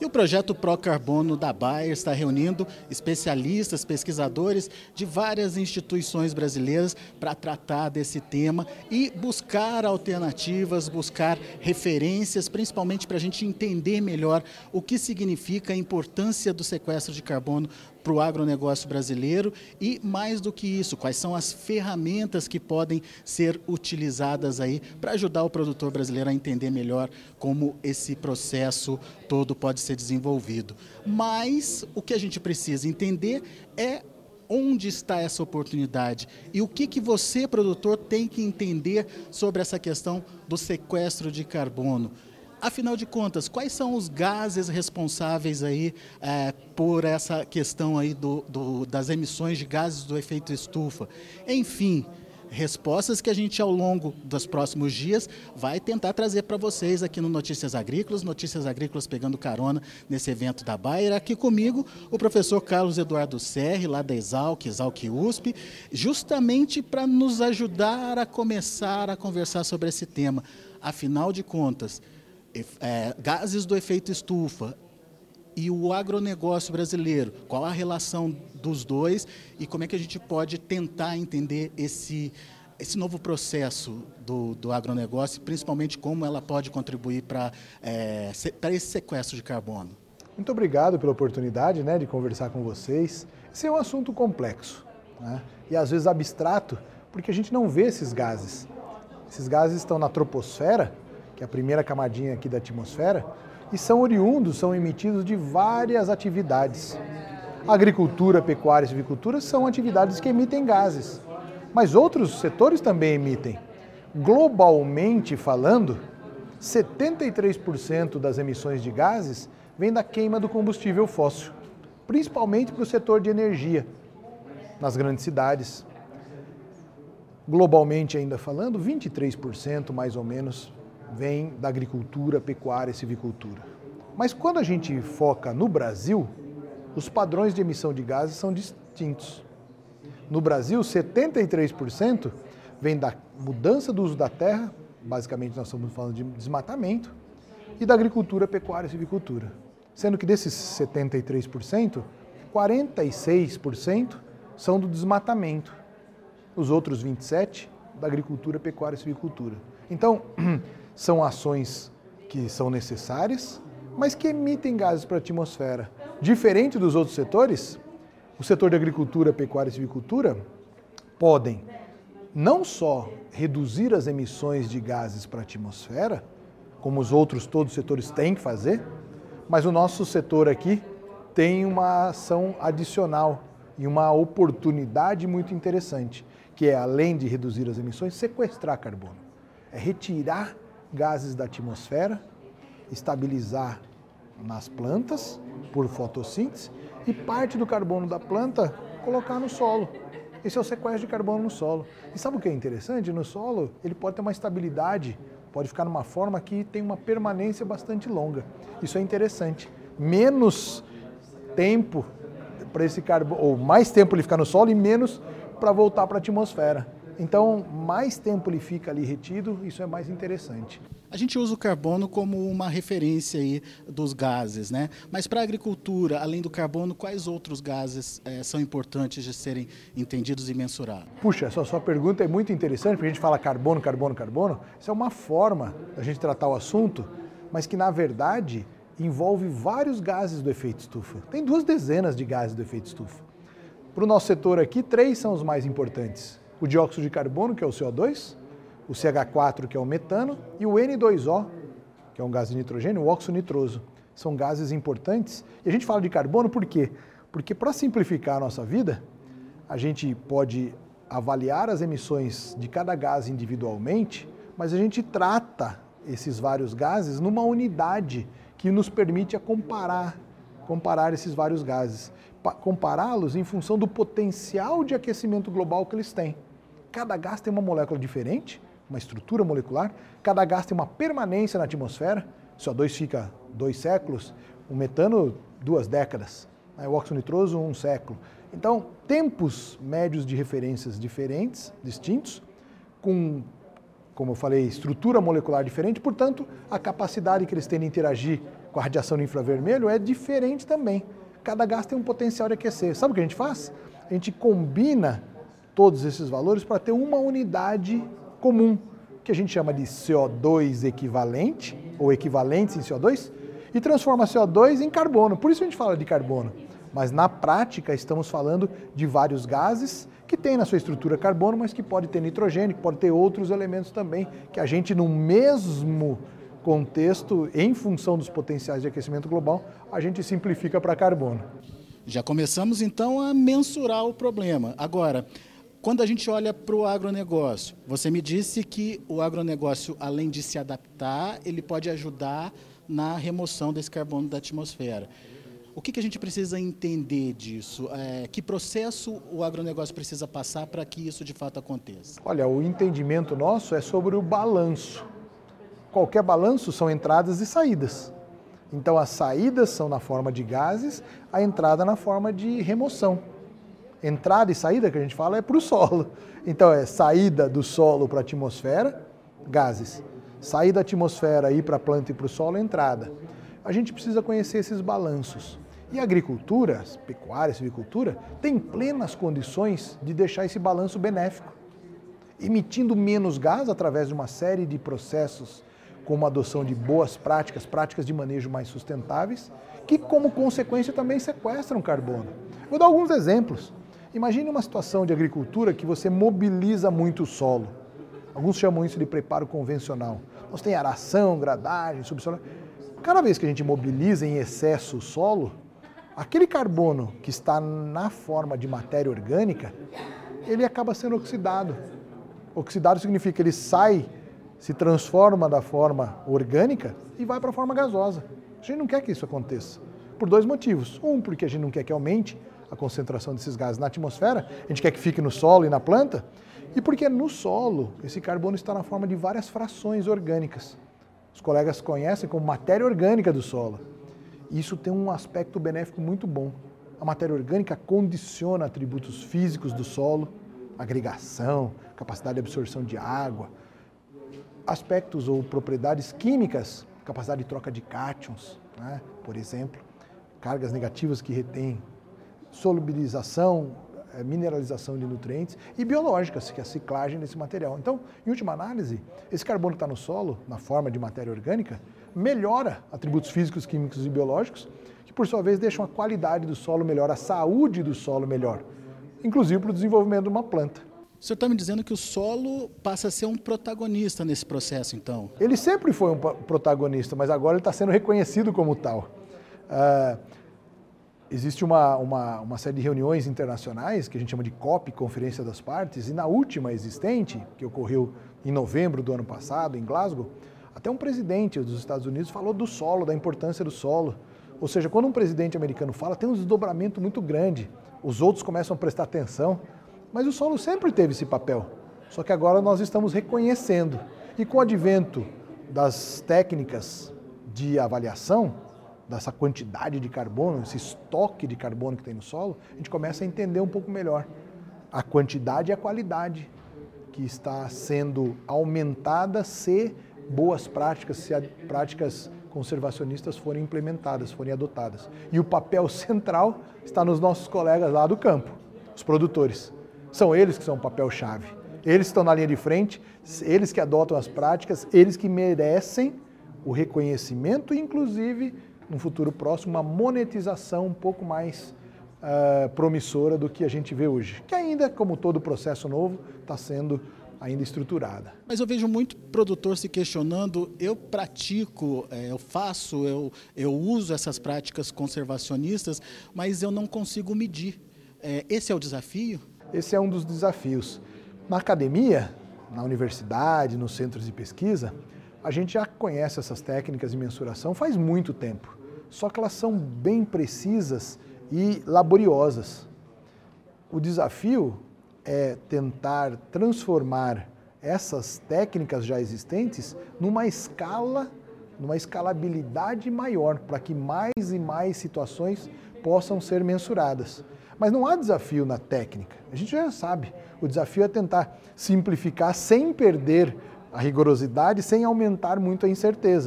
o projeto Procarbono da Bayer está reunindo especialistas, pesquisadores de várias instituições brasileiras para tratar desse tema e buscar alternativas, buscar referências, principalmente para a gente entender melhor o que significa a importância do sequestro de carbono para o agronegócio brasileiro e, mais do que isso, quais são as ferramentas que podem ser utilizadas aí para ajudar o produtor brasileiro a entender melhor como esse processo todo pode ser desenvolvido. Mas o que a gente precisa entender é onde está essa oportunidade e o que você, produtor, tem que entender sobre essa questão do sequestro de carbono. Afinal de contas, quais são os gases responsáveis aí por essa questão aí das emissões de gases do efeito estufa? Enfim, respostas que a gente ao longo dos próximos dias vai tentar trazer para vocês aqui no Notícias Agrícolas pegando carona nesse evento da Bayer. Aqui comigo o professor Carlos Eduardo Serri, lá da Exalc USP, justamente para nos ajudar a começar a conversar sobre esse tema. Afinal de contas, gases do efeito estufa e o agronegócio brasileiro, qual a relação dos dois e como é que a gente pode tentar entender esse novo processo do agronegócio, principalmente como ela pode contribuir para esse sequestro de carbono. Muito obrigado pela oportunidade, de conversar com vocês. Esse é um assunto complexo, e às vezes abstrato, porque a gente não vê esses gases. Esses gases estão na troposfera, que é a primeira camadinha aqui da atmosfera, e são oriundos, são emitidos de várias atividades. Agricultura, pecuária e silvicultura são atividades que emitem gases, mas outros setores também emitem. Globalmente falando, 73% das emissões de gases vem da queima do combustível fóssil, principalmente para o setor de energia, nas grandes cidades. Globalmente ainda falando, 23% mais ou menos vem da agricultura, pecuária e silvicultura. Mas quando a gente foca no Brasil, os padrões de emissão de gases são distintos. No Brasil, 73% vem da mudança do uso da terra, basicamente nós estamos falando de desmatamento, e da agricultura, pecuária e silvicultura. Sendo que desses 73%, 46% são do desmatamento. Os outros 27% da agricultura, pecuária e silvicultura. Então, são ações que são necessárias, mas que emitem gases para a atmosfera. Diferente dos outros setores, o setor de agricultura, pecuária e silvicultura podem não só reduzir as emissões de gases para a atmosfera, como os outros todos os setores têm que fazer, mas o nosso setor aqui tem uma ação adicional e uma oportunidade muito interessante, que é, além de reduzir as emissões, sequestrar carbono. É retirar gases da atmosfera, estabilizar nas plantas por fotossíntese e parte do carbono da planta colocar no solo. Esse é o sequestro de carbono no solo. E sabe o que é interessante? No solo ele pode ter uma estabilidade, pode ficar numa forma que tem uma permanência bastante longa. Isso é interessante. Menos tempo para esse carbono, ou mais tempo ele ficar no solo e menos para voltar para a atmosfera. Então, mais tempo ele fica ali retido, isso é mais interessante. A gente usa o carbono como uma referência aí dos gases, né? Mas para a agricultura, além do carbono, quais outros gases são importantes de serem entendidos e mensurados? Puxa, essa sua pergunta é muito interessante, porque a gente fala carbono, carbono, carbono. Isso é uma forma da gente tratar o assunto, mas que, na verdade, envolve vários gases do efeito estufa. Tem 2 dezenas de gases do efeito estufa. Para o nosso setor aqui, 3 são os mais importantes. O dióxido de carbono, que é o CO2, o CH4, que é o metano, e o N2O, que é um gás de nitrogênio, o óxido nitroso. São gases importantes. E a gente fala de carbono por quê? Porque para simplificar a nossa vida, a gente pode avaliar as emissões de cada gás individualmente, mas a gente trata esses vários gases numa unidade que nos permite comparar esses vários gases. Compará-los em função do potencial de aquecimento global que eles têm. Cada gás tem uma molécula diferente, uma estrutura molecular, cada gás tem uma permanência na atmosfera, o CO2 fica 2 séculos, o metano 2 décadas, o óxido nitroso 1 século. Então, tempos médios de referências diferentes, distintos, com, como eu falei, estrutura molecular diferente, portanto, a capacidade que eles têm de interagir com a radiação no infravermelho, é diferente também. Cada gás tem um potencial de aquecer. Sabe o que a gente faz? A gente combina todos esses valores para ter uma unidade comum, que a gente chama de CO2 equivalente, ou equivalentes em CO2, e transforma CO2 em carbono. Por isso a gente fala de carbono. Mas na prática estamos falando de vários gases que têm na sua estrutura carbono, mas que pode ter nitrogênio, que pode ter outros elementos também, que a gente no mesmo contexto, em função dos potenciais de aquecimento global, a gente simplifica para carbono. Já começamos então a mensurar o problema. Agora, quando a gente olha para o agronegócio, você me disse que o agronegócio, além de se adaptar, ele pode ajudar na remoção desse carbono da atmosfera. O que a gente precisa entender disso? Que processo o agronegócio precisa passar para que isso de fato aconteça? Olha, o entendimento nosso é sobre o balanço. Qualquer balanço são entradas e saídas. Então as saídas são na forma de gases, a entrada na forma de remoção. Entrada e saída que a gente fala é para o solo. Então é saída do solo para a atmosfera, gases. Saída da atmosfera ir para a planta e para o solo, entrada. A gente precisa conhecer esses balanços. E a agricultura, pecuária, silvicultura, tem plenas condições de deixar esse balanço benéfico, emitindo menos gás através de uma série de processos, como a adoção de boas práticas, práticas de manejo mais sustentáveis, que como consequência também sequestram carbono. Vou dar alguns exemplos. Imagine uma situação de agricultura que você mobiliza muito o solo. Alguns chamam isso de preparo convencional. Nós tem aração, gradagem, subsolar. Cada vez que a gente mobiliza em excesso o solo, aquele carbono que está na forma de matéria orgânica, ele acaba sendo oxidado. Oxidado significa que ele sai, se transforma da forma orgânica e vai para a forma gasosa. A gente não quer que isso aconteça, por dois motivos. Um, porque a gente não quer que aumente a concentração desses gases na atmosfera, a gente quer que fique no solo e na planta, e porque no solo esse carbono está na forma de várias frações orgânicas. Os colegas conhecem como matéria orgânica do solo. Isso tem um aspecto benéfico muito bom. A matéria orgânica condiciona atributos físicos do solo, agregação, capacidade de absorção de água, aspectos ou propriedades químicas, capacidade de troca de cátions, né? Por exemplo, cargas negativas que retêm, solubilização, mineralização de nutrientes e biológicas, que é a ciclagem desse material. Então, em última análise, esse carbono que está no solo, na forma de matéria orgânica, melhora atributos físicos, químicos e biológicos, que por sua vez deixam a qualidade do solo melhor, a saúde do solo melhor, inclusive para o desenvolvimento de uma planta. O senhor está me dizendo que o solo passa a ser um protagonista nesse processo, então? Ele sempre foi um protagonista, mas agora ele está sendo reconhecido como tal. Existe uma série de reuniões internacionais, que a gente chama de COP, Conferência das Partes, e na última existente, que ocorreu em novembro do ano passado, em Glasgow, até um presidente dos Estados Unidos falou do solo, da importância do solo. Ou seja, quando um presidente americano fala, tem um desdobramento muito grande. Os outros começam a prestar atenção, mas o solo sempre teve esse papel. Só que agora nós estamos reconhecendo. E com o advento das técnicas de avaliação, dessa quantidade de carbono, esse estoque de carbono que tem no solo, a gente começa a entender um pouco melhor a quantidade e a qualidade que está sendo aumentada se boas práticas, se práticas conservacionistas forem implementadas, forem adotadas. E o papel central está nos nossos colegas lá do campo, os produtores. São eles que são o papel-chave. Eles que estão na linha de frente, eles que adotam as práticas, eles que merecem o reconhecimento e, inclusive, no futuro próximo, uma monetização um pouco mais promissora do que a gente vê hoje. Que ainda, como todo processo novo, está sendo ainda estruturada. Mas eu vejo muito produtor se questionando, eu pratico, eu faço, eu uso essas práticas conservacionistas, mas eu não consigo medir. Esse é o desafio? Esse é um dos desafios. Na academia, na universidade, nos centros de pesquisa, a gente já conhece essas técnicas de mensuração faz muito tempo, só que elas são bem precisas e laboriosas. O desafio é tentar transformar essas técnicas já existentes numa escalabilidade maior, para que mais e mais situações possam ser mensuradas. Mas não há desafio na técnica, a gente já sabe. O desafio é tentar simplificar sem perder a rigorosidade, sem aumentar muito a incerteza.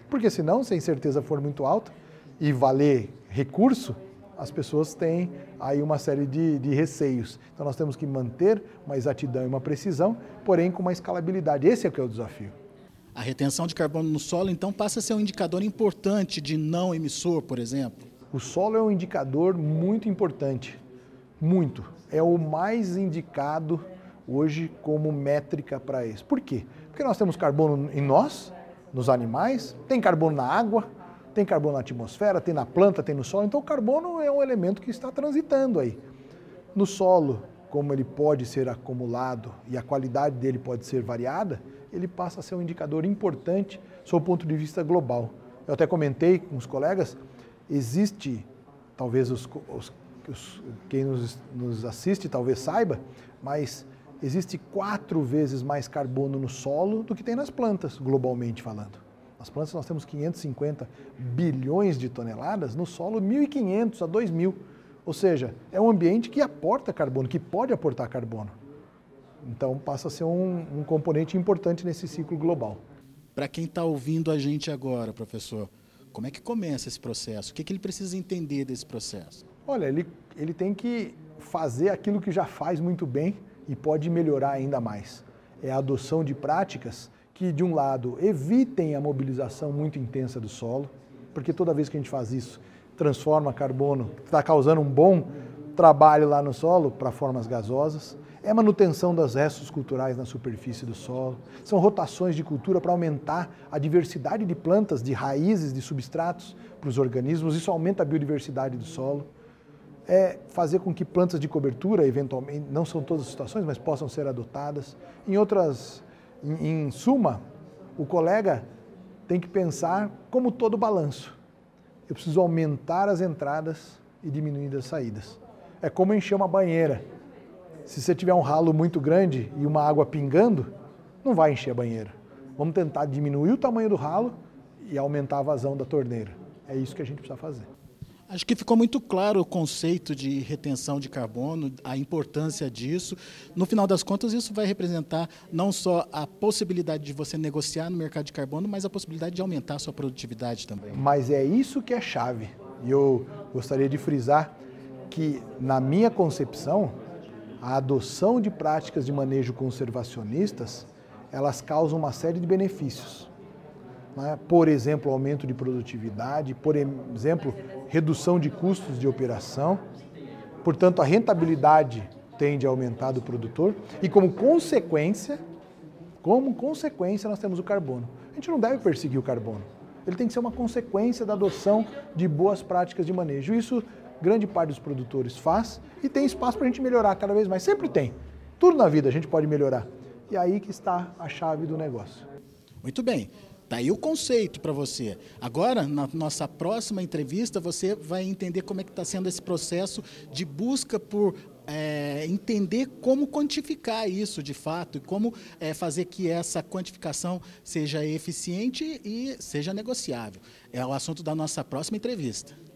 Porque senão, se a incerteza for muito alta e valer recurso, as pessoas têm aí uma série de receios. Então nós temos que manter uma exatidão e uma precisão, porém com uma escalabilidade. Esse é o que é o desafio. A retenção de carbono no solo, então, passa a ser um indicador importante de não emissor, por exemplo? O solo é um indicador muito importante, muito. É o mais indicado hoje como métrica para isso. Por quê? Porque nós temos carbono em nós, nos animais, tem carbono na água, tem carbono na atmosfera, tem na planta, tem no solo. Então o carbono é um elemento que está transitando aí. No solo, como ele pode ser acumulado e a qualidade dele pode ser variada, ele passa a ser um indicador importante sob o ponto de vista global. Eu até comentei com os colegas, existe, talvez quem nos assiste talvez saiba, mas existe 4 vezes mais carbono no solo do que tem nas plantas, globalmente falando. Nas plantas nós temos 550 bilhões de toneladas, no solo 1.500 a 2.000. Ou seja, é um ambiente que aporta carbono, que pode aportar carbono. Então passa a ser um componente importante nesse ciclo global. Para quem está ouvindo a gente agora, professor, como é que começa esse processo? O que ele precisa entender desse processo? Olha, ele tem que fazer aquilo que já faz muito bem e pode melhorar ainda mais. É a adoção de práticas que, de um lado, evitem a mobilização muito intensa do solo, porque toda vez que a gente faz isso, transforma carbono, está causando um bom trabalho lá no solo para formas gasosas. É manutenção dos restos culturais na superfície do solo. São rotações de cultura para aumentar a diversidade de plantas, de raízes, de substratos para os organismos. Isso aumenta a biodiversidade do solo. É fazer com que plantas de cobertura, eventualmente, não são todas as situações, mas possam ser adotadas. Em suma, o colega tem que pensar como todo balanço. Eu preciso aumentar as entradas e diminuir as saídas. É como encher uma banheira. Se você tiver um ralo muito grande e uma água pingando, não vai encher a banheira. Vamos tentar diminuir o tamanho do ralo e aumentar a vazão da torneira. É isso que a gente precisa fazer. Acho que ficou muito claro o conceito de retenção de carbono, a importância disso. No final das contas, isso vai representar não só a possibilidade de você negociar no mercado de carbono, mas a possibilidade de aumentar a sua produtividade também. Mas é isso que é chave. E eu gostaria de frisar que, na minha concepção, a adoção de práticas de manejo conservacionistas, elas causam uma série de benefícios. Por exemplo, aumento de produtividade, por exemplo, redução de custos de operação. Portanto, a rentabilidade tende a aumentar do produtor e, como consequência, nós temos o carbono. A gente não deve perseguir o carbono. Ele tem que ser uma consequência da adoção de boas práticas de manejo. Isso, grande parte dos produtores faz e tem espaço para a gente melhorar cada vez mais. Sempre tem. Tudo na vida a gente pode melhorar. E aí que está a chave do negócio. Muito bem. Está aí o conceito para você. Agora, na nossa próxima entrevista, você vai entender como é que está sendo esse processo de busca por entender como quantificar isso de fato e como fazer que essa quantificação seja eficiente e seja negociável. É o assunto da nossa próxima entrevista.